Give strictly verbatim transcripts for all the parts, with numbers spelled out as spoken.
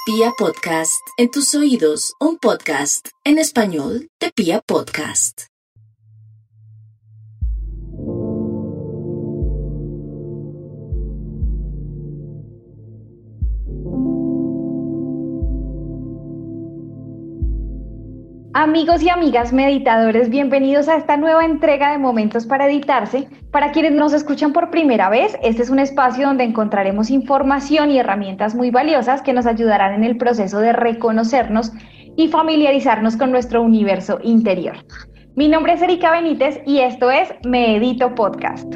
Pia Podcast, en tus oídos, un podcast en español de Pia Podcast. Amigos y amigas meditadores, bienvenidos a esta nueva entrega de Momentos para Editarse. Para quienes nos escuchan por primera vez, este es un espacio donde encontraremos información y herramientas muy valiosas que nos ayudarán en el proceso de reconocernos y familiarizarnos con nuestro universo interior. Mi nombre es Erika Benítez y esto es Me Edito Podcast.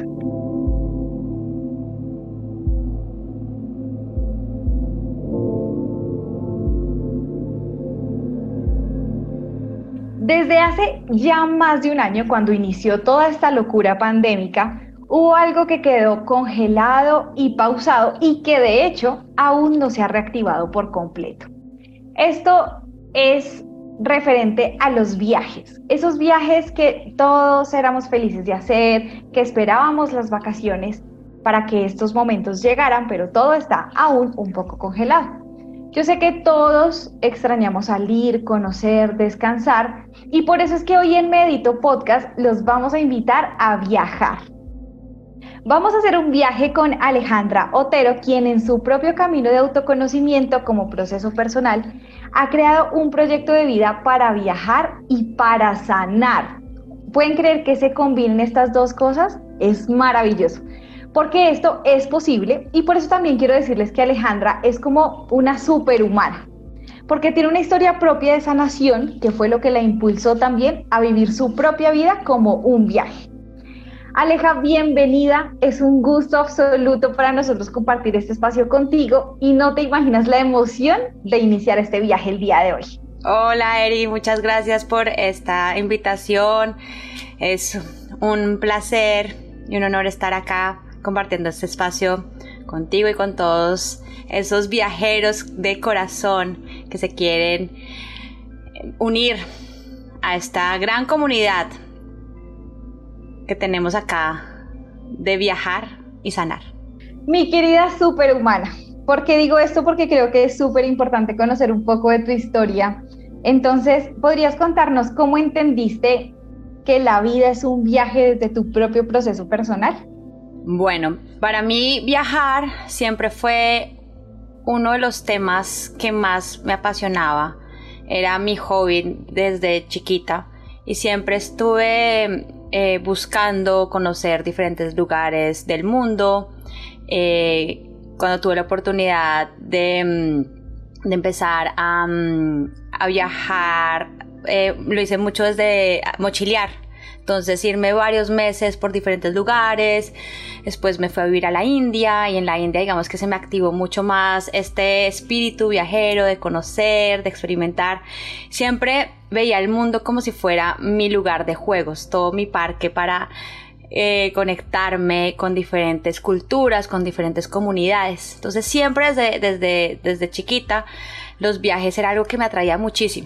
Desde hace ya más de un año, cuando inició toda esta locura pandémica, hubo algo que quedó congelado y pausado y que de hecho aún no se ha reactivado por completo. Esto es referente a los viajes, esos viajes que todos éramos felices de hacer, que esperábamos las vacaciones para que estos momentos llegaran, pero todo está aún un poco congelado. Yo sé que todos extrañamos salir, conocer, descansar, y por eso es que hoy en Me Edito Podcast los vamos a invitar a viajar. Vamos a hacer un viaje con Alejandra Otero, quien en su propio camino de autoconocimiento como proceso personal ha creado un proyecto de vida para viajar y para sanar. ¿Pueden creer que se combinen estas dos cosas? Es maravilloso. Porque esto es posible y por eso también quiero decirles que Alejandra es como una superhumana, porque tiene una historia propia de sanación que fue lo que la impulsó también a vivir su propia vida como un viaje. Aleja, bienvenida, es un gusto absoluto para nosotros compartir este espacio contigo y no te imaginas la emoción de iniciar este viaje el día de hoy. Hola Eri, muchas gracias por esta invitación, es un placer y un honor estar acá compartiendo este espacio contigo y con todos esos viajeros de corazón que se quieren unir a esta gran comunidad que tenemos acá de viajar y sanar. Mi querida superhumana, ¿por qué digo esto? Porque creo que es súper importante conocer un poco de tu historia. Entonces, ¿podrías contarnos cómo entendiste que la vida es un viaje desde tu propio proceso personal? Bueno, para mí viajar siempre fue uno de los temas que más me apasionaba. Era mi hobby desde chiquita y siempre estuve eh, buscando conocer diferentes lugares del mundo. Eh, cuando tuve la oportunidad de, de empezar a, a viajar, eh, lo hice mucho desde mochilear. Entonces irme varios meses por diferentes lugares, después me fui a vivir a la India y en la India digamos que se me activó mucho más este espíritu viajero de conocer, de experimentar. Siempre veía el mundo como si fuera mi lugar de juegos, todo mi parque para eh, conectarme con diferentes culturas, con diferentes comunidades. Entonces siempre desde, desde, desde chiquita los viajes era algo que me atraía muchísimo.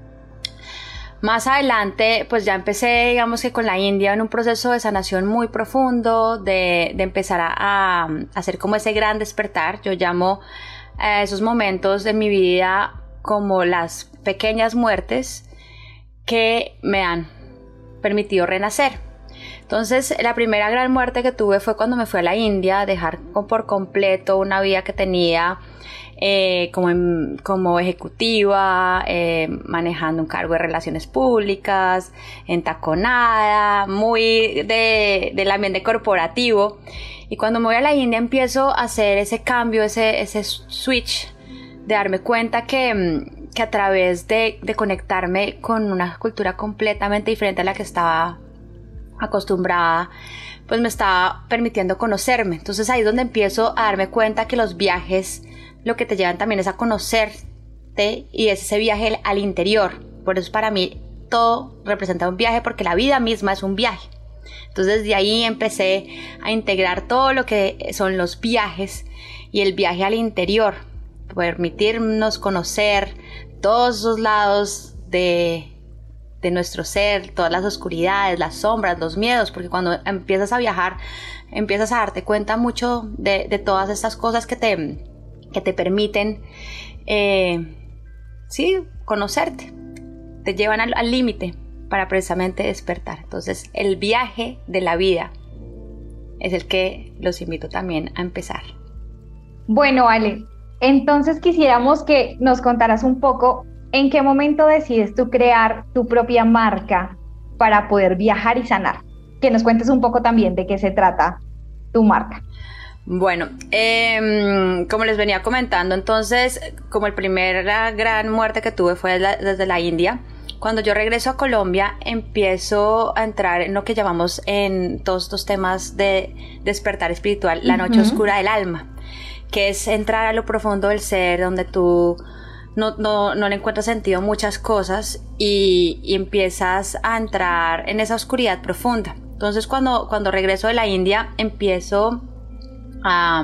Más adelante, pues ya empecé, digamos que con la India en un proceso de sanación muy profundo, de, de empezar a, a hacer como ese gran despertar. Yo llamo a esos momentos de mi vida como las pequeñas muertes que me han permitido renacer. Entonces, la primera gran muerte que tuve fue cuando me fui a la India, dejar por completo una vida que tenía Eh, como, en, como ejecutiva, eh, manejando un cargo de relaciones públicas, entaconada, muy de, del ambiente corporativo. Y cuando me voy a la India empiezo a hacer ese cambio, ese, ese switch, de darme cuenta que, que a través de, de conectarme con una cultura completamente diferente a la que estaba acostumbrada, pues me estaba permitiendo conocerme. Entonces ahí es donde empiezo a darme cuenta que los viajes lo que te llevan también es a conocerte y es ese viaje al interior. Por eso para mí todo representa un viaje, porque la vida misma es un viaje. Entonces de ahí empecé a integrar todo lo que son los viajes y el viaje al interior, permitirnos conocer todos esos lados de, de nuestro ser, todas las oscuridades, las sombras, los miedos, porque cuando empiezas a viajar empiezas a darte cuenta mucho de, de todas estas cosas que te, que te permiten eh, sí, conocerte, te llevan al límite para precisamente despertar. Entonces el viaje de la vida es el que los invito también a empezar. Bueno, Ale, entonces quisiéramos que nos contaras un poco en qué momento decides tú crear tu propia marca para poder viajar y sanar. Que nos cuentes un poco también de qué se trata tu marca. Bueno, eh, como les venía comentando, entonces, como el primer la gran muerte que tuve fue la, desde la India, cuando yo regreso a Colombia empiezo a entrar en lo que llamamos en todos estos temas de despertar espiritual, la noche uh-huh. oscura del alma, que es entrar a lo profundo del ser, donde tú no, no, no le encuentras sentido a muchas cosas y, y empiezas a entrar en esa oscuridad profunda. Entonces cuando, cuando regreso de la India empiezo a,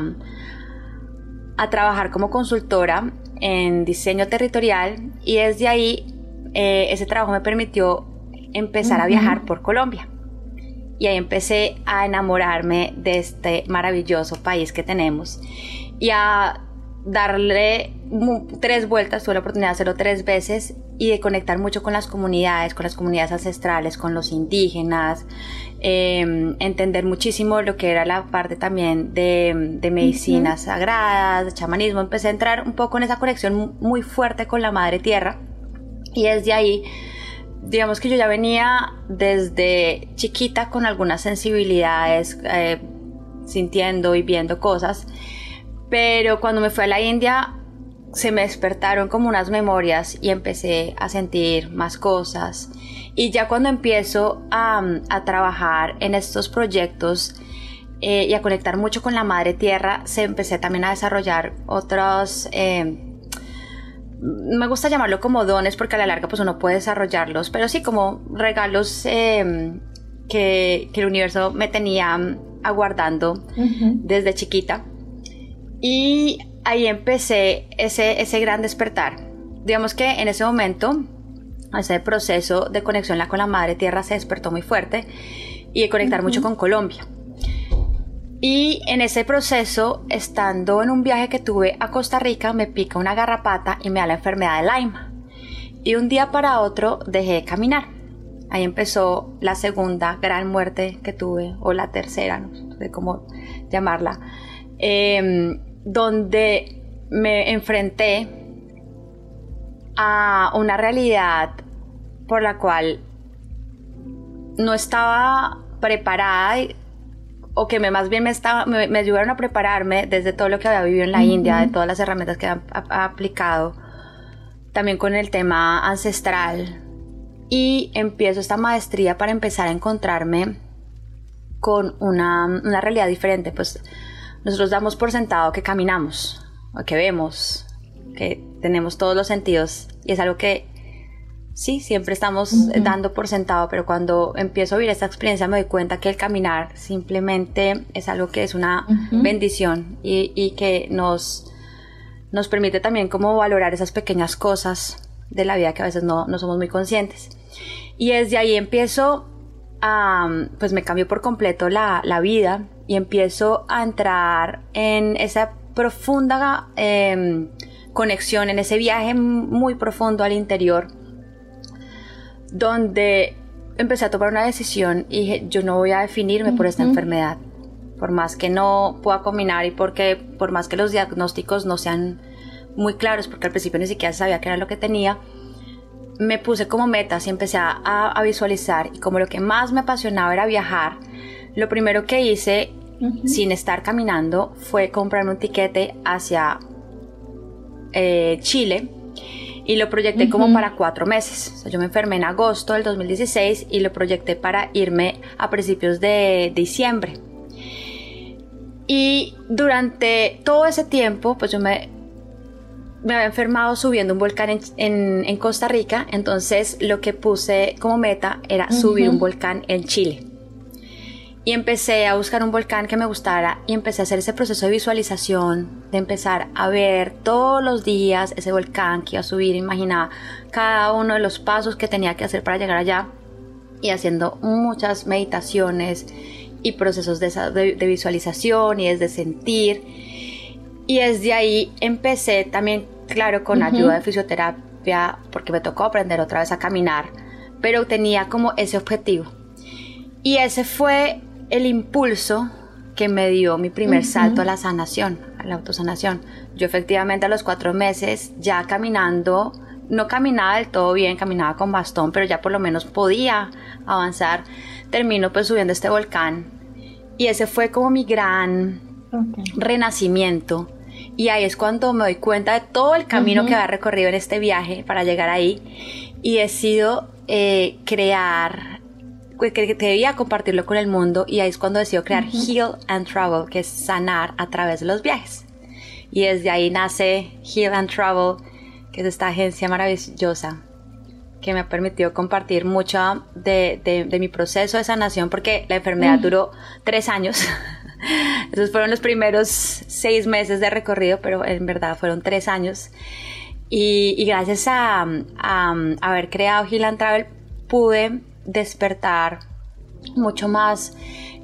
a trabajar como consultora en diseño territorial y desde ahí eh, ese trabajo me permitió empezar uh-huh. a viajar por Colombia y ahí empecé a enamorarme de este maravilloso país que tenemos y a darle tres vueltas, tuve la oportunidad de hacerlo tres veces y de conectar mucho con las comunidades, con las comunidades ancestrales, con los indígenas, eh, entender muchísimo lo que era la parte también de, de medicinas uh-huh. sagradas, de chamanismo. Empecé a entrar un poco en esa conexión muy fuerte con la madre tierra y desde ahí, digamos que yo ya venía desde chiquita con algunas sensibilidades, eh, sintiendo y viendo cosas. Pero cuando me fui a la India se me despertaron como unas memorias y empecé a sentir más cosas. Y ya cuando empiezo a, a trabajar en estos proyectos eh, y a conectar mucho con la madre tierra, se empecé también a desarrollar otros, eh, me gusta llamarlo como dones porque a la larga pues uno puede desarrollarlos, pero sí como regalos eh, que, que el universo me tenía aguardando uh-huh. desde chiquita. Y ahí empecé ese, ese gran despertar. Digamos que en ese momento, ese proceso de conexión con la madre tierra se despertó muy fuerte y de conectar uh-huh. mucho con Colombia. Y en ese proceso, estando en un viaje que tuve a Costa Rica, me pica una garrapata y me da la enfermedad de Lyme. Y un día para otro dejé de caminar. Ahí empezó la segunda gran muerte que tuve, o la tercera, no sé cómo llamarla. Eh, donde me enfrenté a una realidad por la cual no estaba preparada o que me, más bien me, estaba, me, me ayudaron a prepararme desde todo lo que había vivido en la uh-huh. India, de todas las herramientas que he aplicado, también con el tema ancestral, y empiezo esta maestría para empezar a encontrarme con una, una realidad diferente. Pues nosotros damos por sentado que caminamos, o que vemos, que tenemos todos los sentidos, y es algo que sí, siempre estamos uh-huh. dando por sentado, pero cuando empiezo a vivir esta experiencia me doy cuenta que el caminar simplemente es algo que es una uh-huh. bendición y, y que nos, nos permite también como valorar esas pequeñas cosas de la vida que a veces no, no somos muy conscientes. Y desde ahí empiezo a, pues me cambio por completo la, la vida y empiezo a entrar en esa profunda eh, conexión, en ese viaje muy profundo al interior, donde empecé a tomar una decisión y dije, yo no voy a definirme uh-huh. por esta enfermedad, por más que no pueda caminar y porque por más que los diagnósticos no sean muy claros, porque al principio ni siquiera sabía qué era lo que tenía. Me puse como metas y empecé a, a visualizar, y como lo que más me apasionaba era viajar, lo primero que hice uh-huh. sin estar caminando fue comprarme un tiquete hacia eh, Chile, y lo proyecté uh-huh. como para cuatro meses. O sea, yo me enfermé en agosto del dos mil dieciséis y lo proyecté para irme a principios de diciembre. Y durante todo ese tiempo, pues yo me, me había enfermado subiendo un volcán en, en, en Costa Rica. Entonces lo que puse como meta era uh-huh. subir un volcán en Chile. Y empecé a buscar un volcán que me gustara y empecé a hacer ese proceso de visualización, de empezar a ver todos los días ese volcán que iba a subir. Imaginaba cada uno de los pasos que tenía que hacer para llegar allá, y haciendo muchas meditaciones y procesos de, de, de visualización y desde sentir. Y desde ahí empecé también claro, con Uh-huh. ayuda de fisioterapia, porque me tocó aprender otra vez a caminar, pero tenía como ese objetivo. Y ese fue el impulso que me dio mi primer Uh-huh. salto a la sanación, a la autosanación. Yo efectivamente a los cuatro meses ya caminando, no caminaba del todo bien, caminaba con bastón, pero ya por lo menos podía avanzar. Termino pues subiendo este volcán y ese fue como mi gran okay. renacimiento. Y ahí es cuando me doy cuenta de todo el camino uh-huh. que había recorrido en este viaje para llegar ahí, y decido eh, crear, que debía compartirlo con el mundo, y ahí es cuando decido crear uh-huh. Heal and Travel, que es sanar a través de los viajes. Y desde ahí nace Heal and Travel, que es esta agencia maravillosa que me ha permitido compartir mucho de, de, de mi proceso de sanación, porque la enfermedad uh-huh. duró tres años. Esos fueron los primeros seis meses de recorrido, pero en verdad fueron tres años. Y, y gracias a, a, a haber creado Heal and Travel pude despertar mucho más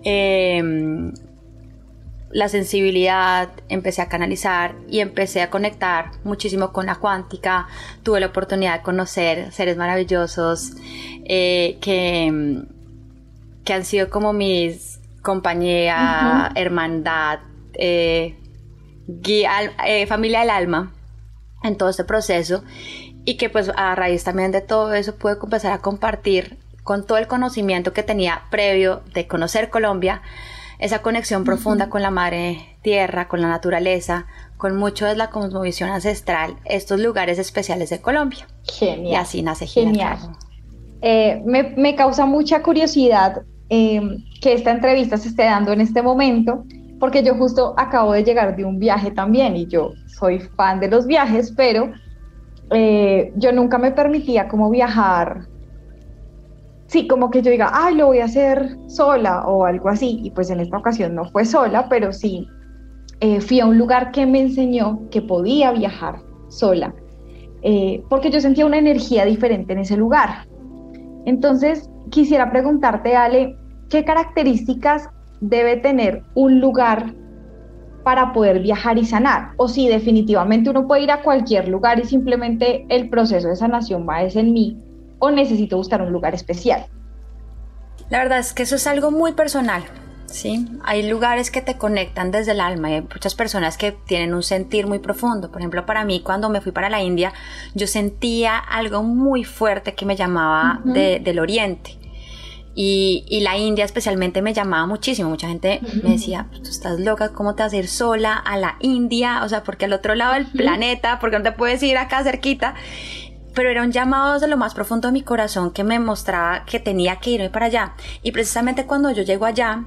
eh, la sensibilidad, empecé a canalizar y empecé a conectar muchísimo con la cuántica. Tuve la oportunidad de conocer seres maravillosos eh, que, que han sido como mis compañía, uh-huh. hermandad, eh, guía, eh, familia del alma en todo este proceso, y que pues a raíz también de todo eso pude empezar a compartir con todo el conocimiento que tenía previo de conocer Colombia, esa conexión uh-huh. profunda con la madre tierra, con la naturaleza, con mucho de la cosmovisión ancestral, estos lugares especiales de Colombia. Genial. Y así nace Genial. Eh, me, me causa mucha curiosidad eh, que esta entrevista se esté dando en este momento, porque yo justo acabo de llegar de un viaje también, y yo soy fan de los viajes, pero eh, yo nunca me permitía como viajar, sí, como que yo diga, ay, lo voy a hacer sola o algo así, y pues en esta ocasión no fue sola, pero sí eh, fui a un lugar que me enseñó que podía viajar sola, eh, porque yo sentía una energía diferente en ese lugar. Entonces quisiera preguntarte, Ale, ¿qué características debe tener un lugar para poder viajar y sanar? O si definitivamente uno puede ir a cualquier lugar y simplemente el proceso de sanación va es en mí, o necesito buscar un lugar especial. La verdad es que eso es algo muy personal, ¿sí? Hay lugares que te conectan desde el alma, y hay muchas personas que tienen un sentir muy profundo. Por ejemplo, para mí, cuando me fui para la India, yo sentía algo muy fuerte que me llamaba uh-huh. de, del oriente. Y, y la India especialmente me llamaba muchísimo. Mucha gente uh-huh. me decía, tú estás loca, ¿cómo te vas a ir sola a la India? O sea, porque al otro lado del uh-huh. planeta, porque no te puedes ir acá cerquita. Pero era un llamado desde lo más profundo de mi corazón que me mostraba que tenía que irme para allá. Y precisamente cuando yo llego allá,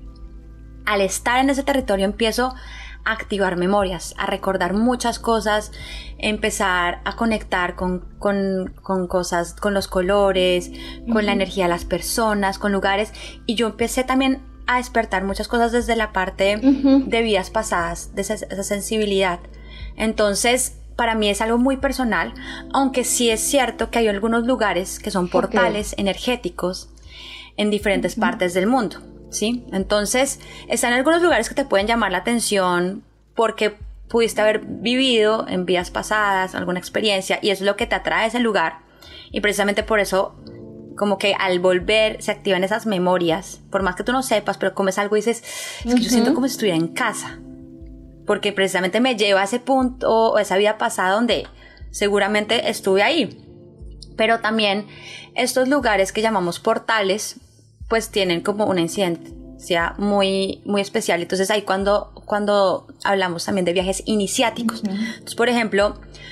al estar en ese territorio empiezo a activar memorias, a recordar muchas cosas, empezar a conectar con, con, con cosas, con los colores, uh-huh. con la energía de las personas, con lugares. Y yo empecé también a despertar muchas cosas desde la parte uh-huh. de vidas pasadas, de esa, esa sensibilidad. Entonces, para mí es algo muy personal, aunque sí es cierto que hay algunos lugares que son portales okay. energéticos en diferentes uh-huh. partes del mundo, ¿sí? Entonces, están algunos lugares que te pueden llamar la atención porque pudiste haber vivido en vidas pasadas alguna experiencia, y eso es lo que te atrae a ese lugar, y precisamente por eso como que al volver se activan esas memorias, por más que tú no sepas, pero comes algo y dices, es que uh-huh. yo siento como si estuviera en casa, porque precisamente me lleva a ese punto o esa vida pasada donde seguramente estuve ahí. Pero también estos lugares que llamamos portales pues tienen como una incidencia muy, muy especial. Entonces ahí cuando, cuando hablamos también de viajes iniciáticos. Uh-huh. Entonces, por ejemplo,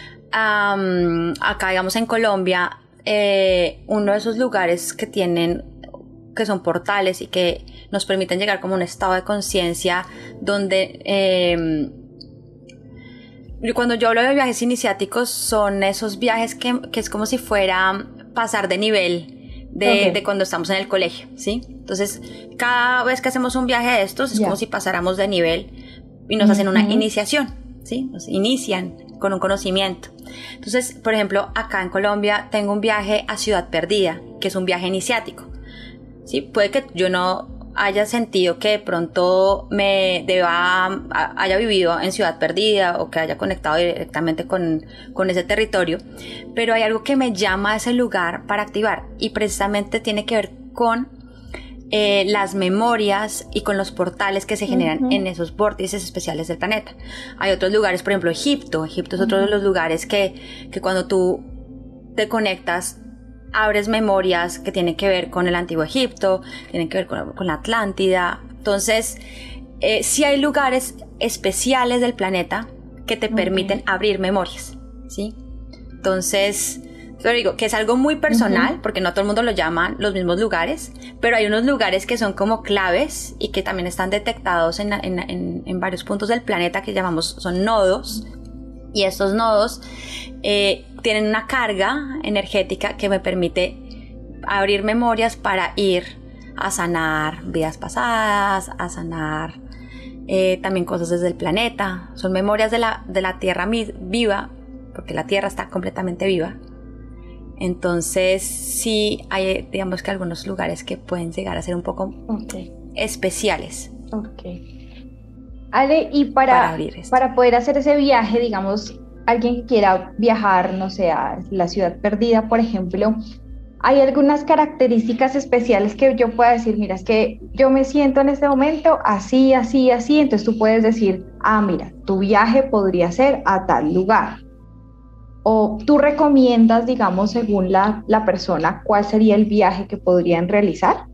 um, acá digamos en Colombia, eh, uno de esos lugares que tienen, que son portales y que nos permiten llegar como a un estado de conciencia donde eh, cuando yo hablo de viajes iniciáticos son esos viajes que, que es como si fuera pasar de nivel de, okay. de cuando estamos en el colegio, ¿sí? Entonces cada vez que hacemos un viaje de estos es yeah. como si pasáramos de nivel y nos uh-huh. hacen una iniciación, ¿sí? Nos inician con un conocimiento. Entonces, por ejemplo, acá en Colombia tengo un viaje a Ciudad Perdida, que es un viaje iniciático, ¿sí? Puede que yo no haya sentido que de pronto me deba, haya vivido en Ciudad Perdida o que haya conectado directamente con, con ese territorio, pero hay algo que me llama a ese lugar para activar y precisamente tiene que ver con eh, las memorias y con los portales que se generan uh-huh. en esos vórtices especiales del planeta. Hay otros lugares, por ejemplo Egipto. Egipto es otro uh-huh. de los lugares que, que cuando tú te conectas abres memorias que tienen que ver con el antiguo Egipto, tienen que ver con, con la Atlántida. Entonces, eh, sí hay lugares especiales del planeta que te okay. permiten abrir memorias, ¿sí? Entonces, yo digo que es algo muy personal, uh-huh. porque no todo el mundo lo llaman los mismos lugares, pero hay unos lugares que son como claves y que también están detectados en, en, en, en varios puntos del planeta que llamamos, son nodos, y estos nodos eh, tienen una carga energética que me permite abrir memorias para ir a sanar vidas pasadas, a sanar eh, también cosas desde el planeta. Son memorias de la, de la Tierra viva, porque la Tierra está completamente viva. Entonces sí hay, digamos que algunos lugares que pueden llegar a ser un poco okay. especiales. Ok. Ale, y para, para, para poder hacer ese viaje, digamos, alguien que quiera viajar, no sé, a la Ciudad Perdida, por ejemplo, ¿hay algunas características especiales que yo pueda decir, mira, es que yo me siento en este momento así, así, así? Entonces tú puedes decir, ah, mira, tu viaje podría ser a tal lugar. O tú recomiendas, digamos, según la, la persona, ¿cuál sería el viaje que podrían realizar?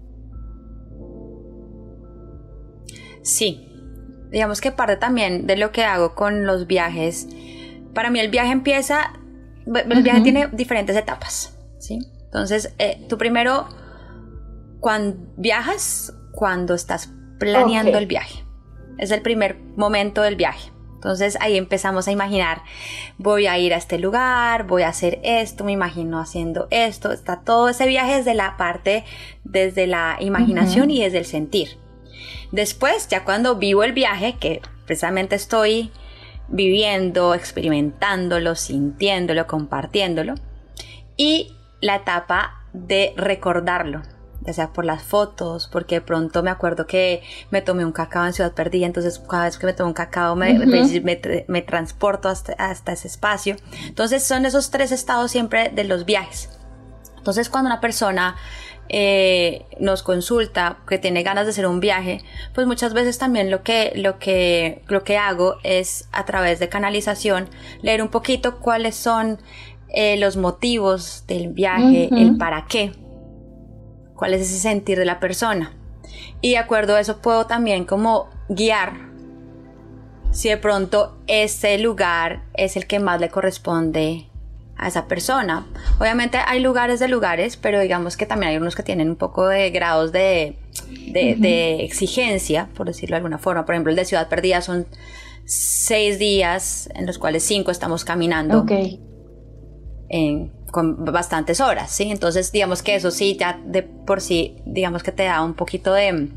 Sí. Digamos que parte también de lo que hago con los viajes. Para mí el viaje empieza, el uh-huh. viaje tiene diferentes etapas, ¿sí? Entonces, eh, tú primero, cuando viajas, cuando estás planeando okay. el viaje. Es el primer momento del viaje. Entonces ahí empezamos a imaginar, voy a ir a este lugar, voy a hacer esto, me imagino haciendo esto. Está todo ese viaje desde la parte, desde la imaginación uh-huh. y desde el sentir. Después, ya cuando vivo el viaje, que precisamente estoy viviendo, experimentándolo, sintiéndolo, compartiéndolo, y la etapa de recordarlo, ya sea por las fotos, porque de pronto me acuerdo que me tomé un cacao en Ciudad Perdida, entonces cada vez que me tomo un cacao me, uh-huh. me, me, me transporto hasta, hasta ese espacio. Entonces son esos tres estados siempre de los viajes. Entonces cuando una persona Eh, nos consulta, que tiene ganas de hacer un viaje, pues muchas veces también lo que, lo que, lo que hago es a través de canalización leer un poquito cuáles son eh, los motivos del viaje, uh-huh. el para qué, cuál es ese sentir de la persona, y de acuerdo a eso puedo también como guiar si de pronto ese lugar es el que más le corresponde a esa persona. Obviamente hay lugares de lugares, pero digamos que también hay unos que tienen un poco de grados de, de, uh-huh. de exigencia, por decirlo de alguna forma. Por ejemplo, el de Ciudad Perdida son seis días en los cuales cinco estamos caminando okay. en, con bastantes horas, ¿sí? Entonces digamos que eso sí, ya de por sí, digamos que te da un poquito de...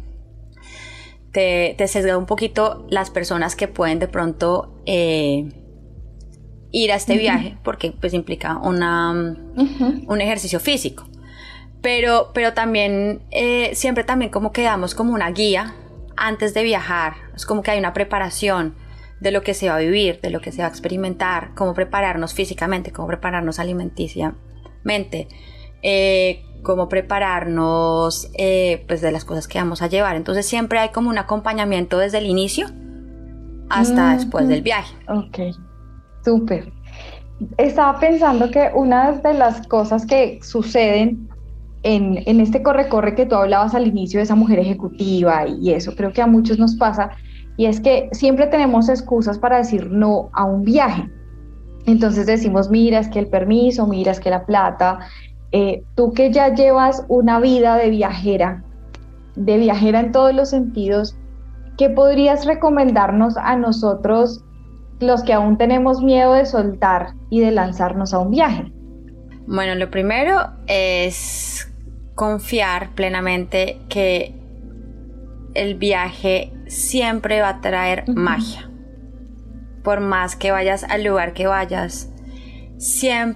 te, te sesga un poquito las personas que pueden de pronto... Eh, ir a este uh-huh. viaje, porque pues implica una, uh-huh. un ejercicio físico, pero, pero también eh, siempre también como que damos como una guía antes de viajar. Es como que hay una preparación de lo que se va a vivir, de lo que se va a experimentar, cómo prepararnos físicamente, cómo prepararnos alimenticiamente, eh, cómo prepararnos eh, pues de las cosas que vamos a llevar. Entonces siempre hay como un acompañamiento desde el inicio hasta uh-huh. después del viaje. Ok. Súper. Estaba pensando que una de las cosas que suceden en, en este corre-corre que tú hablabas al inicio de esa mujer ejecutiva y eso, creo que a muchos nos pasa, y es que siempre tenemos excusas para decir no a un viaje. Entonces decimos, mira, es que el permiso, mira, es que la plata. Eh, tú que ya llevas una vida de viajera, de viajera en todos los sentidos, ¿qué podrías recomendarnos a nosotros, los que aún tenemos miedo de soltar y de lanzarnos a un viaje? Bueno, lo primero es confiar plenamente que el viaje siempre va a traer uh-huh. magia. Por más que vayas al lugar que vayas,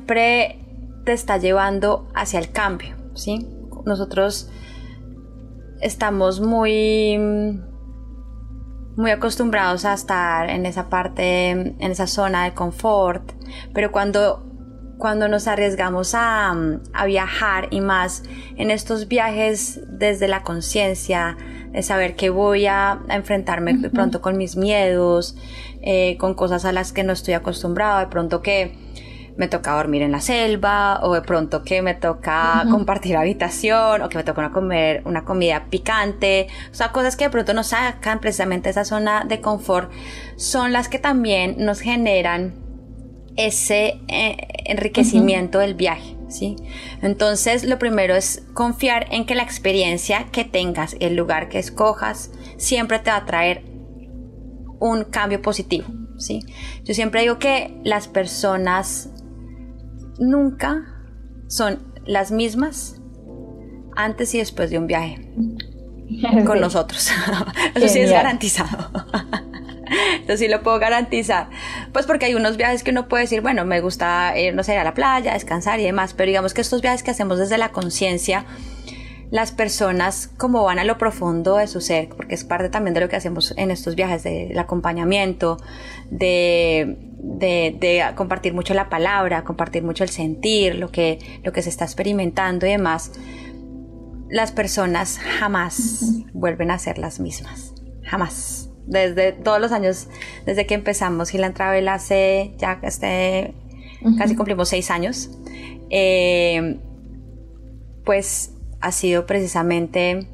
siempre te está llevando hacia el cambio, ¿sí? Nosotros estamos muy, muy acostumbrados a estar en esa parte, en esa zona de confort, pero cuando, cuando nos arriesgamos a, a viajar, y más en estos viajes desde la conciencia, de saber que voy a, a enfrentarme uh-huh. de pronto con mis miedos, eh, con cosas a las que no estoy acostumbrado, de pronto que me toca dormir en la selva, o de pronto que me toca uh-huh. compartir habitación, o que me toca una, comer una comida picante, o sea, cosas que de pronto nos sacan precisamente esa zona de confort, son las que también nos generan ese eh, enriquecimiento uh-huh. del viaje, ¿sí? Entonces, lo primero es confiar en que la experiencia que tengas, el lugar que escojas, siempre te va a traer un cambio positivo, ¿sí? Yo siempre digo que las personas nunca son las mismas antes y después de un viaje con sí. nosotros. Eso sí es garantizado. Eso sí lo puedo garantizar. Pues porque hay unos viajes que uno puede decir, bueno, me gusta ir, no sé, a la playa, descansar y demás, pero digamos que estos viajes que hacemos desde la conciencia, las personas como van a lo profundo de su ser, porque es parte también de lo que hacemos en estos viajes, del acompañamiento, de, de, de compartir mucho la palabra, compartir mucho el sentir, lo que, lo que se está experimentando y demás, las personas jamás uh-huh. vuelven a ser las mismas, jamás. Desde todos los años, desde que empezamos Heal and Travel hace ya este, uh-huh. casi cumplimos seis años, eh, pues ha sido precisamente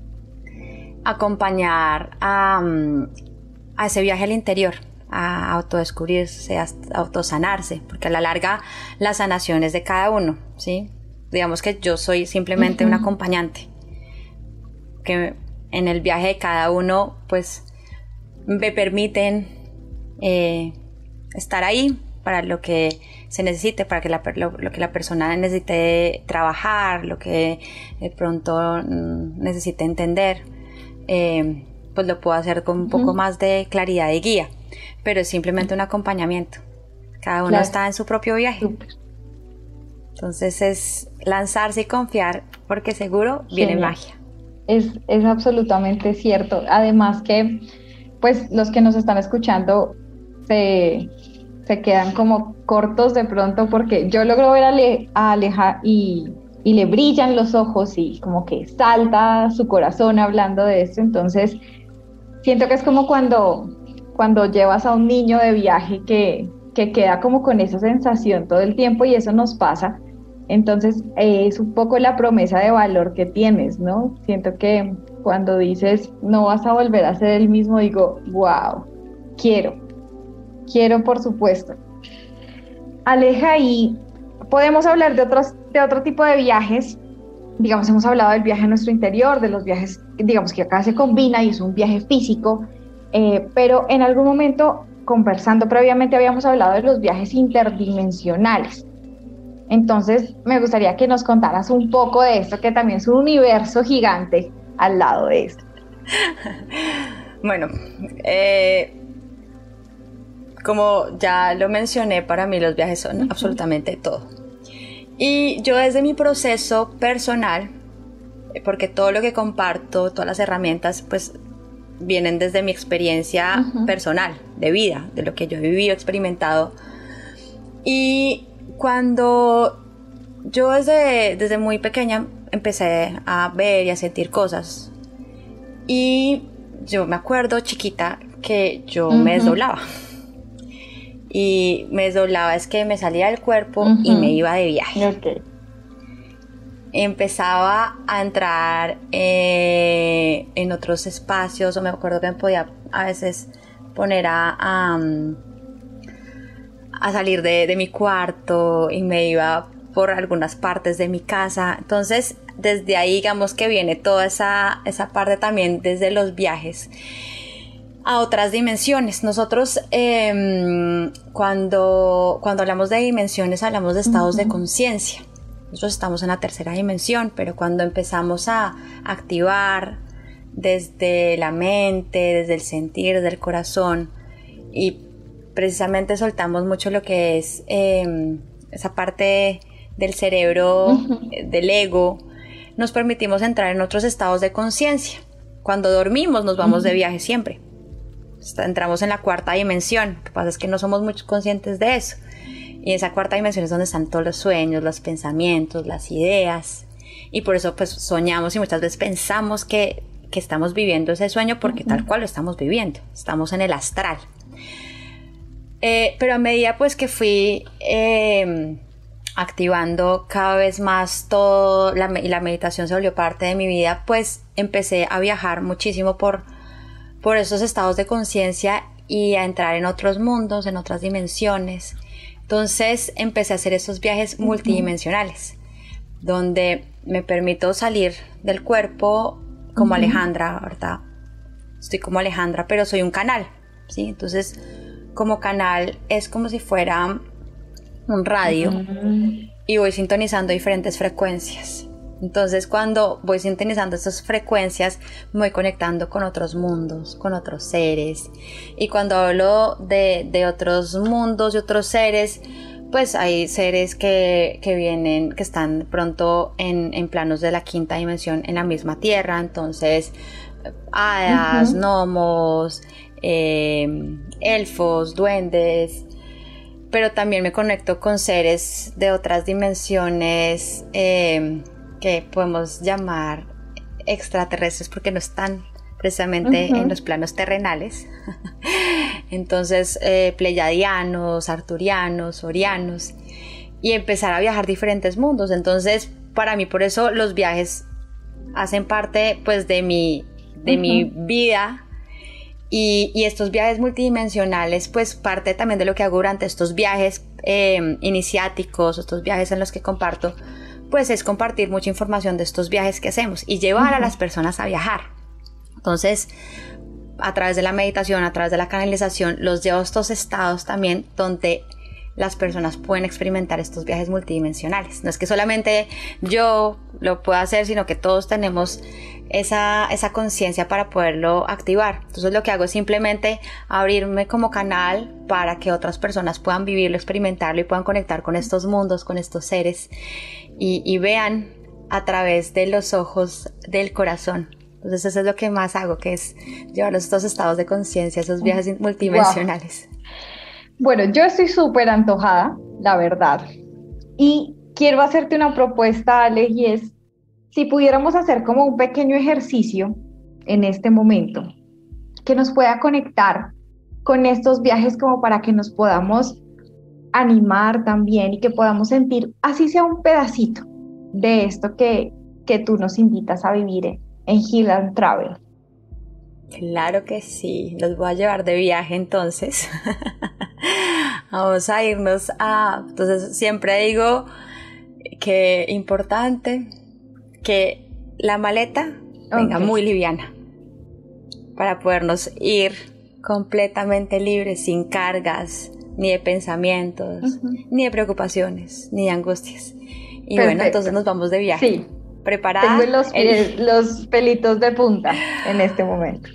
acompañar a, a ese viaje al interior, a autodescubrirse, a autosanarse, porque a la larga la sanación es de cada uno, ¿sí? Digamos que yo soy simplemente uh-huh. un acompañante, que en el viaje de cada uno pues me permiten eh, estar ahí para lo que se necesite, para que la, lo, lo que la persona necesite trabajar, lo que de pronto mm, necesite entender, eh, pues lo puedo hacer con un poco uh-huh. más de claridad y guía, pero es simplemente un acompañamiento. Cada uno claro. está en su propio viaje. Super. Entonces es lanzarse y confiar, porque seguro viene Genial. magia. Es, es absolutamente cierto. Además que, pues, los que nos están escuchando se... se quedan como cortos de pronto, porque yo logro ver a, Ale, a Aleja y, y le brillan los ojos y como que salta su corazón hablando de esto. Entonces siento que es como cuando, cuando llevas a un niño de viaje que, que queda como con esa sensación todo el tiempo, y eso nos pasa. Entonces eh, es un poco la promesa de valor que tienes, ¿no? Siento que cuando dices no vas a volver a ser el mismo, digo, wow, quiero Quiero, por supuesto. Aleja, y podemos hablar de otros, de otro tipo de viajes. Digamos, hemos hablado del viaje a nuestro interior, de los viajes, digamos, que acá se combina y es un viaje físico, eh, pero en algún momento, conversando previamente, habíamos hablado de los viajes interdimensionales. Entonces, me gustaría que nos contaras un poco de esto, que también es un universo gigante al lado de esto. Bueno, eh... como ya lo mencioné, para mí los viajes son uh-huh. absolutamente todo. Y yo desde mi proceso personal, porque todo lo que comparto, todas las herramientas, pues vienen desde mi experiencia uh-huh. personal, de vida, de lo que yo he vivido, experimentado. Y cuando yo desde, desde muy pequeña empecé a ver y a sentir cosas. Y yo me acuerdo chiquita que yo uh-huh. me desdoblaba. Y me desdoblaba, es que me salía del cuerpo uh-huh. y me iba de viaje. Okay. Empezaba a entrar eh, en otros espacios, o me acuerdo que me podía a veces poner a, a, a salir de, de mi cuarto, y me iba por algunas partes de mi casa. Entonces, desde ahí, digamos que viene toda esa, esa parte también desde los viajes a otras dimensiones. Nosotros eh, cuando, cuando hablamos de dimensiones hablamos de estados uh-huh. de conciencia. Nosotros estamos en la tercera dimensión, pero cuando empezamos a activar desde la mente, desde el sentir, desde el corazón, y precisamente soltamos mucho lo que es eh, esa parte del cerebro, uh-huh. del ego, nos permitimos entrar en otros estados de conciencia. Cuando dormimos nos vamos uh-huh. de viaje siempre. Entramos en la cuarta dimensión. Lo que pasa es que no somos muy conscientes de eso. Y esa cuarta dimensión es donde están todos los sueños, los pensamientos, las ideas. Y por eso pues soñamos y muchas veces pensamos que, que estamos viviendo ese sueño porque uh-huh. tal cual lo estamos viviendo. Estamos en el astral. Eh, pero a medida pues que fui eh, activando cada vez más todo la, y la meditación se volvió parte de mi vida, pues empecé a viajar muchísimo por, por esos estados de conciencia y a entrar en otros mundos, en otras dimensiones. Entonces empecé a hacer esos viajes uh-huh. multidimensionales, donde me permito salir del cuerpo como uh-huh. Alejandra, ¿verdad? Estoy como Alejandra, pero soy un canal, ¿sí? Entonces, como canal es como si fuera un radio uh-huh. y voy sintonizando diferentes frecuencias. Entonces, cuando voy sintonizando esas frecuencias, me voy conectando con otros mundos, con otros seres. Y cuando hablo de, de otros mundos y otros seres, pues hay seres que, que vienen, que están pronto en, en planos de la quinta dimensión en la misma tierra. Entonces, hadas, uh-huh. gnomos, eh, elfos, duendes. Pero también me conecto con seres de otras dimensiones, eh, que podemos llamar extraterrestres porque no están precisamente uh-huh. en los planos terrenales. Entonces eh, pleyadianos, arturianos, orianos, y empezar a viajar diferentes mundos. Entonces para mí por eso los viajes hacen parte pues de mi, de uh-huh. mi vida. Y, y estos viajes multidimensionales, pues parte también de lo que hago durante estos viajes eh, iniciáticos, estos viajes en los que comparto, pues es compartir mucha información de estos viajes que hacemos y llevar uh-huh. a las personas a viajar. Entonces, a través de la meditación, a través de la canalización, los llevo a estos estados también donde las personas pueden experimentar estos viajes multidimensionales. No es que solamente yo lo pueda hacer, sino que todos tenemos esa, esa conciencia para poderlo activar. Entonces lo que hago es simplemente abrirme como canal para que otras personas puedan vivirlo, experimentarlo y puedan conectar con estos mundos, con estos seres y, y vean a través de los ojos del corazón. Entonces eso es lo que más hago, que es llevarlos a estos estados de conciencia, esos viajes multidimensionales. Wow. Bueno, yo estoy súper antojada, la verdad, y quiero hacerte una propuesta, Ale, y es si pudiéramos hacer como un pequeño ejercicio en este momento que nos pueda conectar con estos viajes como para que nos podamos animar también y que podamos sentir, así sea un pedacito de esto que, que tú nos invitas a vivir en, en Heal and Travel. Claro que sí, los voy a llevar de viaje entonces. Vamos a irnos a... Entonces siempre digo que importante que la maleta venga okay. muy liviana para podernos ir completamente libres, sin cargas, ni de pensamientos, uh-huh. ni de preocupaciones, ni de angustias. Y Perfecto. Bueno, entonces nos vamos de viaje. Sí. ¿Preparada? Tengo los, pies, El... los pelitos de punta en este momento.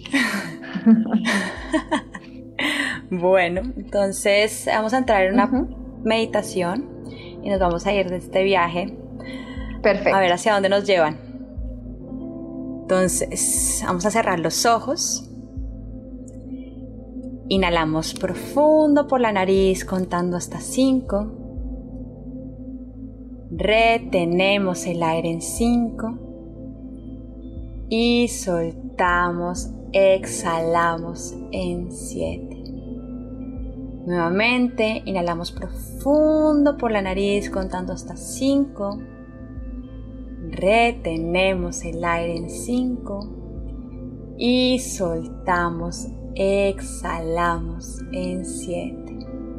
Bueno, entonces vamos a entrar en una uh-huh. meditación y nos vamos a ir de este viaje. Perfecto. A ver hacia dónde nos llevan. Entonces, vamos a cerrar los ojos. Inhalamos profundo por la nariz, contando hasta cinco. Retenemos el aire en cinco. Y soltamos, exhalamos en siete. Nuevamente, inhalamos profundo por la nariz, contando hasta cinco. Retenemos el aire en cinco. Y soltamos, exhalamos en siete.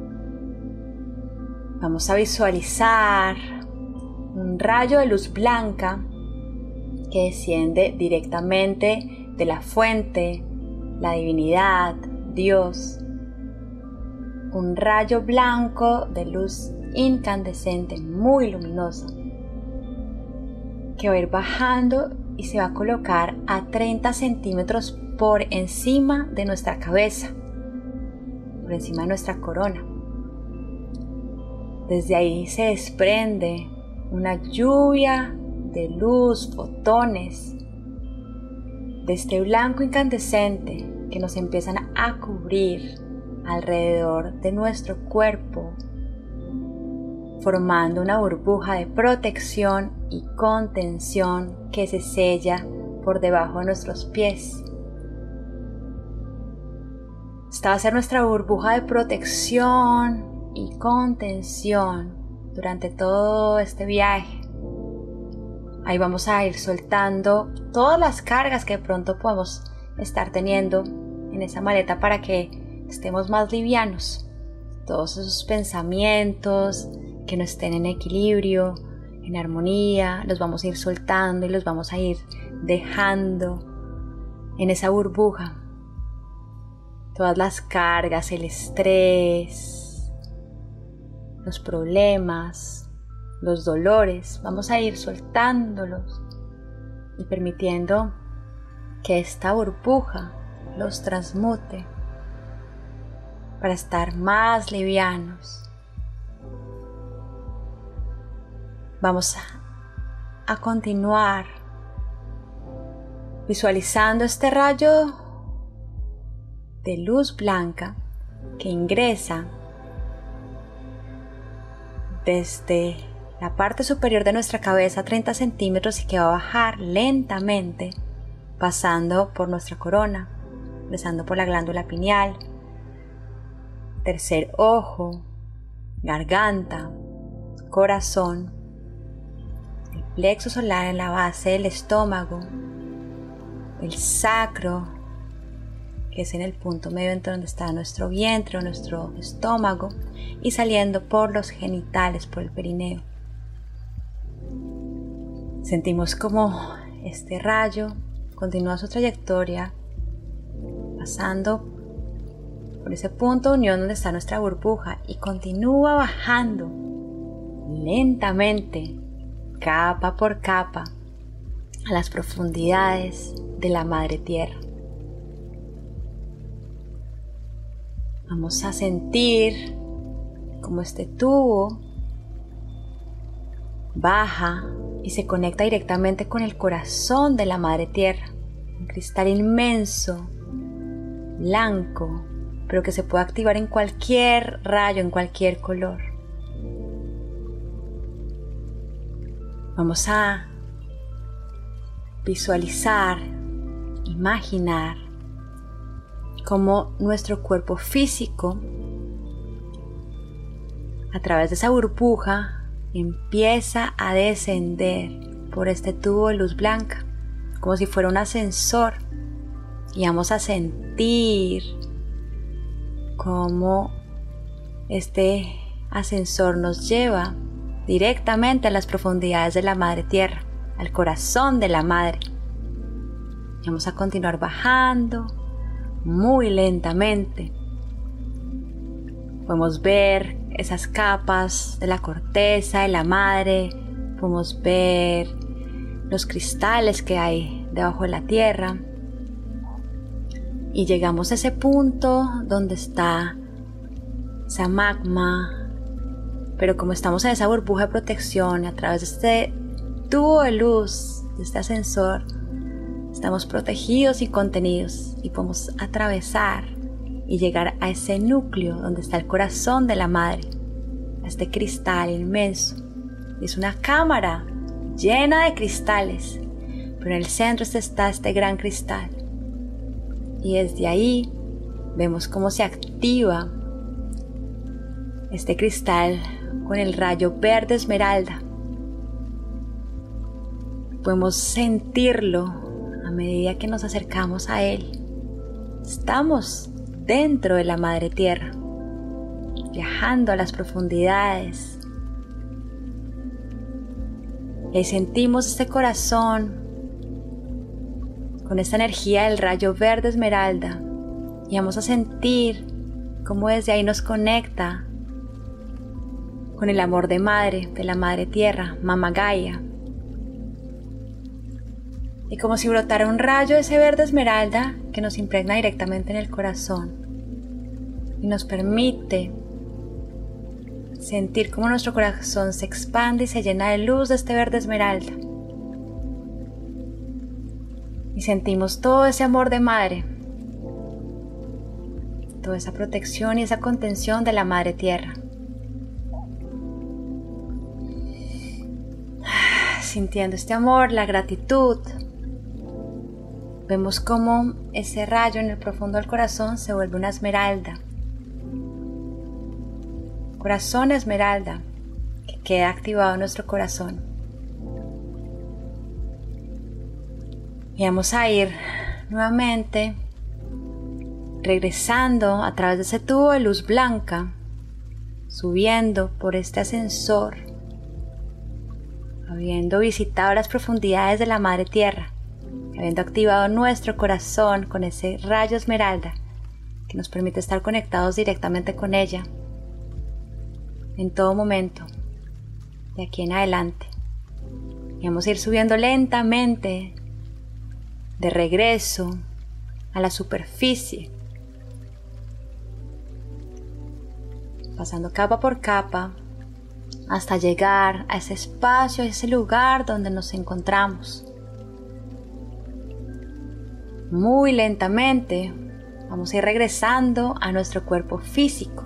Vamos a visualizar un rayo de luz blanca que desciende directamente de la fuente, la divinidad, Dios. Un rayo blanco de luz incandescente, muy luminosa, que va a ir bajando y se va a colocar a treinta centímetros por encima de nuestra cabeza, por encima de nuestra corona. Desde ahí se desprende una lluvia de luz, fotones, de este blanco incandescente que nos empiezan a cubrir alrededor de nuestro cuerpo, formando una burbuja de protección y contención que se sella por debajo de nuestros pies. Esta va a ser nuestra burbuja de protección y contención durante todo este viaje. Ahí vamos a ir soltando todas las cargas que de pronto podemos estar teniendo en esa maleta para que estemos más livianos. Todos esos pensamientos que no estén en equilibrio, en armonía, los vamos a ir soltando y los vamos a ir dejando en esa burbuja. Todas las cargas, el estrés, los problemas, los dolores, vamos a ir soltándolos y permitiendo que esta burbuja los transmute para estar más livianos. Vamos a, a continuar visualizando este rayo de luz blanca que ingresa desde la parte superior de nuestra cabeza a treinta centímetros y que va a bajar lentamente, pasando por nuestra corona, pasando por la glándula pineal, tercer ojo, garganta, corazón, el plexo solar en la base del estómago, el sacro, que es en el punto medio entre donde está nuestro vientre o nuestro estómago, y saliendo por los genitales, por el perineo. Sentimos como este rayo continúa su trayectoria pasando por ese punto de unión donde está nuestra burbuja y continúa bajando lentamente, capa por capa, a las profundidades de la Madre Tierra. Vamos a sentir como este tubo baja y se conecta directamente con el corazón de la Madre Tierra, un cristal inmenso, blanco, pero que se puede activar en cualquier rayo, en cualquier color. Vamos a visualizar, imaginar cómo nuestro cuerpo físico, a través de esa burbuja, empieza a descender por este tubo de luz blanca, como si fuera un ascensor, y vamos a sentir cómo este ascensor nos lleva directamente a las profundidades de la Madre Tierra, al corazón de la Madre. Y vamos a continuar bajando muy lentamente. Podemos ver esas capas de la corteza de la madre, podemos ver los cristales que hay debajo de la tierra y llegamos a ese punto donde está esa magma, pero como estamos en esa burbuja de protección a través de este tubo de luz, de este ascensor, estamos protegidos y contenidos y podemos atravesar y llegar a ese núcleo donde está el corazón de la madre, a este cristal inmenso. Es una cámara llena de cristales, pero en el centro está este gran cristal. Y desde ahí vemos cómo se activa este cristal con el rayo verde esmeralda. Podemos sentirlo a medida que nos acercamos a él. Estamos dentro de la Madre Tierra, viajando a las profundidades. Y sentimos este corazón con esta energía del rayo verde esmeralda y vamos a sentir cómo desde ahí nos conecta con el amor de madre, de la Madre Tierra, Mama Gaia. Y como si brotara un rayo de ese verde esmeralda que nos impregna directamente en el corazón y nos permite sentir cómo nuestro corazón se expande y se llena de luz de este verde esmeralda. y sentimos todo ese amor de madre, toda esa protección y esa contención de la Madre Tierra. Sintiendo este amor, la gratitud, vemos cómo ese rayo en el profundo del corazón se vuelve una esmeralda. Corazón esmeralda que queda activado en nuestro corazón. Y vamos a ir nuevamente regresando a través de ese tubo de luz blanca, subiendo por este ascensor, habiendo visitado las profundidades de la Madre Tierra, habiendo activado nuestro corazón con ese rayo esmeralda que nos permite estar conectados directamente con ella en todo momento, de aquí en adelante. Y vamos a ir subiendo lentamente de regreso a la superficie, pasando capa por capa hasta llegar a ese espacio, a ese lugar donde nos encontramos. Muy lentamente vamos a ir regresando a nuestro cuerpo físico,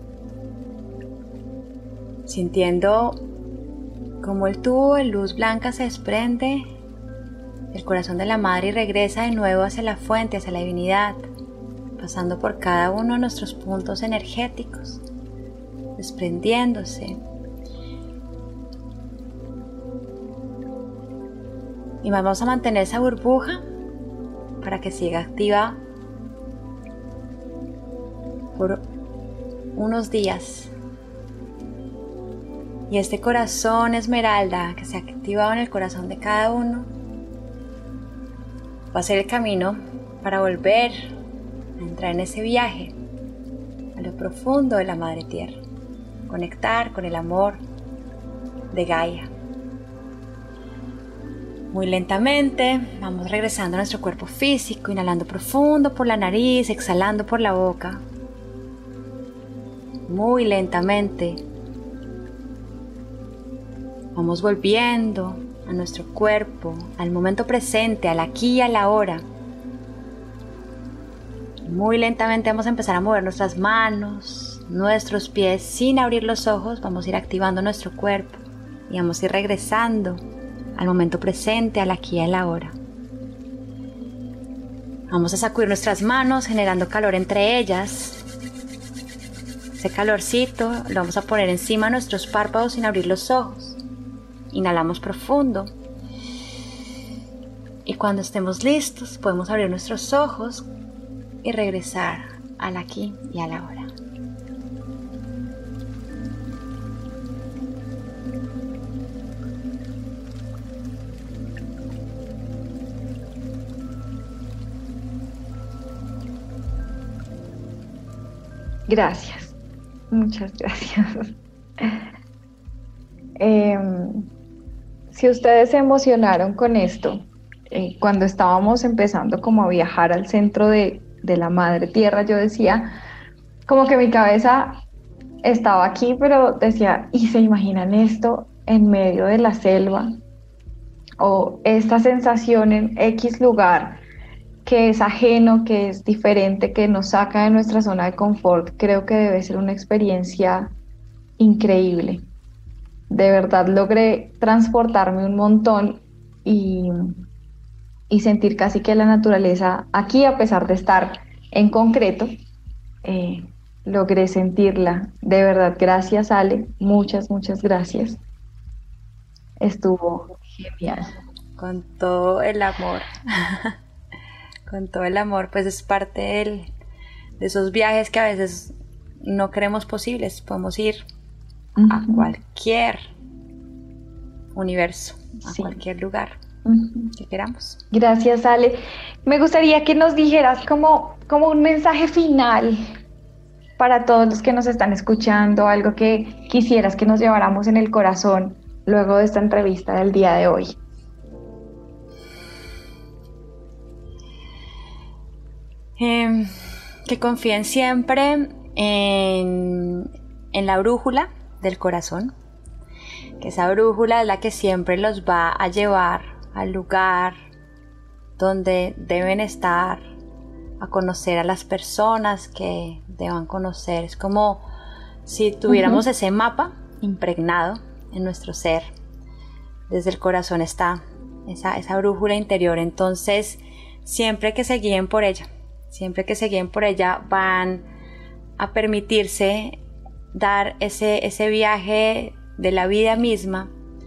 sintiendo como el tubo de luz blanca se desprende del corazón de la madre y regresa de nuevo hacia la fuente, hacia la divinidad, pasando por cada uno de nuestros puntos energéticos, desprendiéndose. Y vamos a mantener esa burbuja para que siga activa por unos días. Y este corazón esmeralda que se ha activado en el corazón de cada uno va a ser el camino para volver a entrar en ese viaje a lo profundo de la Madre Tierra, conectar con el amor de Gaia. Muy lentamente vamos regresando a nuestro cuerpo físico, inhalando profundo por la nariz, exhalando por la boca. Muy lentamente vamos volviendo a nuestro cuerpo, al momento presente, al aquí y a la ahora. Muy lentamente vamos a empezar a mover nuestras manos, nuestros pies, sin abrir los ojos. Vamos a ir activando nuestro cuerpo y vamos a ir regresando al momento presente, al aquí y a la ahora. Vamos a sacudir nuestras manos, generando calor entre ellas. Ese calorcito lo vamos a poner encima de nuestros párpados sin abrir los ojos. Inhalamos profundo. Y cuando estemos listos, podemos abrir nuestros ojos y regresar al aquí y a la ahora. Gracias, muchas gracias. Eh, si ustedes se emocionaron con esto, eh, cuando estábamos empezando como a viajar al centro de, de la Madre Tierra, yo decía, como que mi cabeza estaba aquí, pero decía, ¿y se imaginan esto en medio de la selva? O esta sensación en X lugar, que es ajeno, que es diferente, que nos saca de nuestra zona de confort. Creo que debe ser una experiencia increíble. De verdad logré transportarme un montón y, y sentir casi que la naturaleza aquí, a pesar de estar en concreto, eh, logré sentirla. De verdad, gracias Ale, muchas, muchas gracias. Estuvo genial. Con todo el amor. Con todo el amor, pues es parte del, de esos viajes que a veces no creemos posibles. Podemos ir uh-huh. a cualquier universo, a sí. cualquier lugar uh-huh. que queramos. Gracias, Ale. Me gustaría que nos dijeras como, como un mensaje final para todos los que nos están escuchando, algo que quisieras que nos lleváramos en el corazón luego de esta entrevista del día de hoy. Eh, que confíen siempre en, en la brújula del corazón, que esa brújula es la que siempre los va a llevar al lugar donde deben estar, a conocer a las personas que deban conocer. Es como si tuviéramos uh-huh. ese mapa impregnado en nuestro ser. Desde el corazón está esa, esa brújula interior. Entonces, siempre que se guíen por ella, siempre que se guíen por ella, van a permitirse dar ese, ese viaje de la vida misma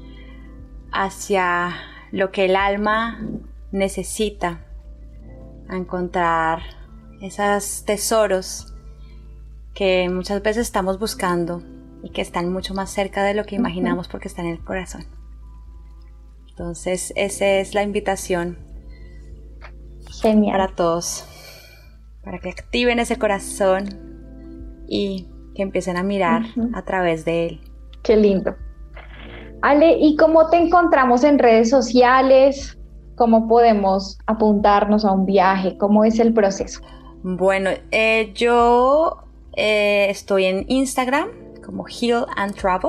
hacia lo que el alma necesita, a encontrar esos tesoros que muchas veces estamos buscando y que están mucho más cerca de lo que imaginamos porque están en el corazón. Entonces, esa es la invitación. Genial. Para todos, para que activen ese corazón y que empiecen a mirar uh-huh. a través de él. Qué lindo. Ale, ¿y cómo te encontramos en redes sociales? ¿Cómo podemos apuntarnos a un viaje? ¿Cómo es el proceso? Bueno, eh, yo eh, estoy en Instagram como Heal and Travel.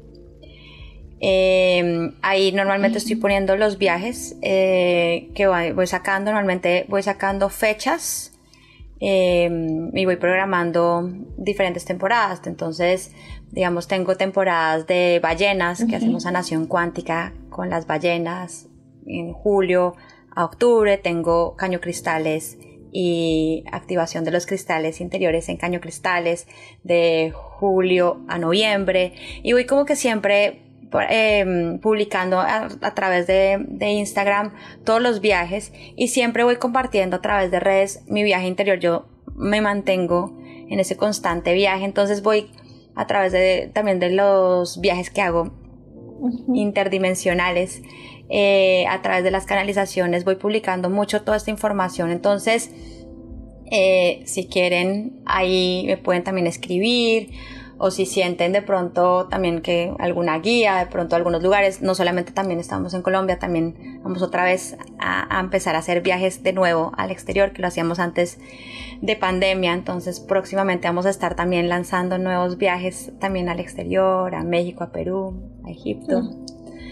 Eh, ahí normalmente estoy poniendo los viajes eh, que voy, voy sacando. Normalmente voy sacando fechas eh, y voy programando diferentes temporadas. Entonces, digamos, tengo temporadas de ballenas uh-huh. que hacemos sanación cuántica con las ballenas en julio a octubre. Tengo cañocristales y activación de los cristales interiores en cañocristales de julio a noviembre, y voy como que siempre eh, publicando a, a través de, de Instagram todos los viajes, y siempre voy compartiendo a través de redes mi viaje interior. Yo me mantengo en ese constante viaje, entonces voy a través de, también de los viajes que hago uh-huh. interdimensionales. Eh, a través de las canalizaciones voy publicando mucho toda esta información. Entonces eh, si quieren, ahí me pueden también escribir, o si sienten de pronto también que alguna guía, de pronto algunos lugares. No solamente también estamos en Colombia, también vamos otra vez a, a empezar a hacer viajes de nuevo al exterior, que lo hacíamos antes de pandemia. Entonces próximamente vamos a estar también lanzando nuevos viajes también al exterior, a México, a Perú, a Egipto. Mm.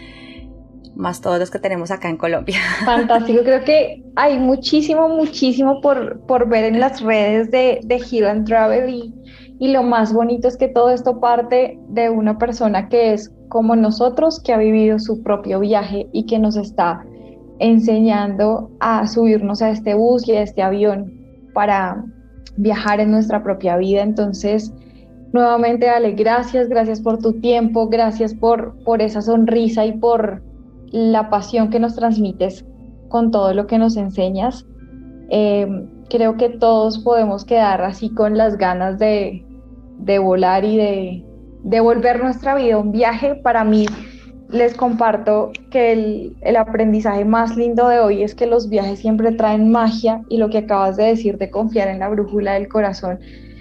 Más todos los que tenemos acá en Colombia. Fantástico, creo que hay muchísimo, muchísimo por, por ver en las redes de, de Heal and Travel, y, y lo más bonito es que todo esto parte de una persona que es como nosotros, que ha vivido su propio viaje y que nos está enseñando a subirnos a este bus y a este avión para viajar en nuestra propia vida. Entonces, nuevamente, Ale, gracias, gracias por tu tiempo, gracias por, por esa sonrisa y por la pasión que nos transmites con todo lo que nos enseñas. Eh, creo que todos podemos quedar así con las ganas de, de volar y de, de volver nuestra vida un viaje. Para mí, les comparto que el, el aprendizaje más lindo de hoy es que los viajes siempre traen magia, y lo que acabas de decir de confiar en la brújula del corazón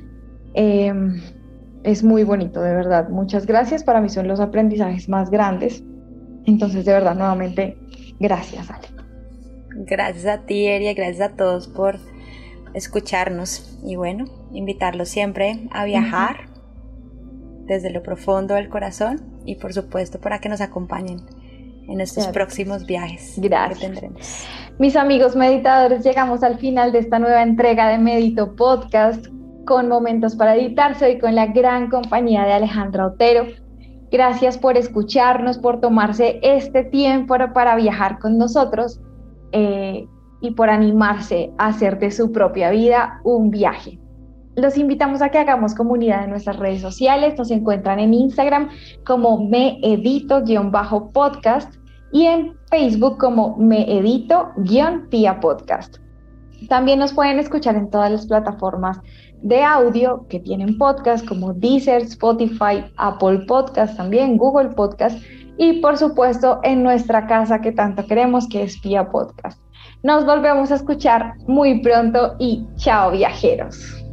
eh, es muy bonito, de verdad. Muchas gracias, para mí son los aprendizajes más grandes. Entonces, de verdad, nuevamente, gracias, Ale. Gracias a ti, Eria, gracias a todos por escucharnos. Y bueno, invitarlos siempre a viajar uh-huh. desde lo profundo del corazón, y por supuesto para que nos acompañen en nuestros gracias. próximos viajes gracias. que tendremos. Mis amigos meditadores, llegamos al final de esta nueva entrega de Medito Podcast, con momentos para editarse, hoy con la gran compañía de Alejandra Otero. Gracias por escucharnos, por tomarse este tiempo para viajar con nosotros eh, y por animarse a hacer de su propia vida un viaje. Los invitamos a que hagamos comunidad en nuestras redes sociales. Nos encuentran en Instagram como meedito-podcast y en Facebook como meedito-pia podcast. También nos pueden escuchar en todas las plataformas de audio que tienen podcast, como Deezer, Spotify, Apple Podcast, también Google Podcast, y por supuesto en nuestra casa que tanto queremos, que es Pia Podcast. Nos volvemos a escuchar muy pronto, y chao, viajeros.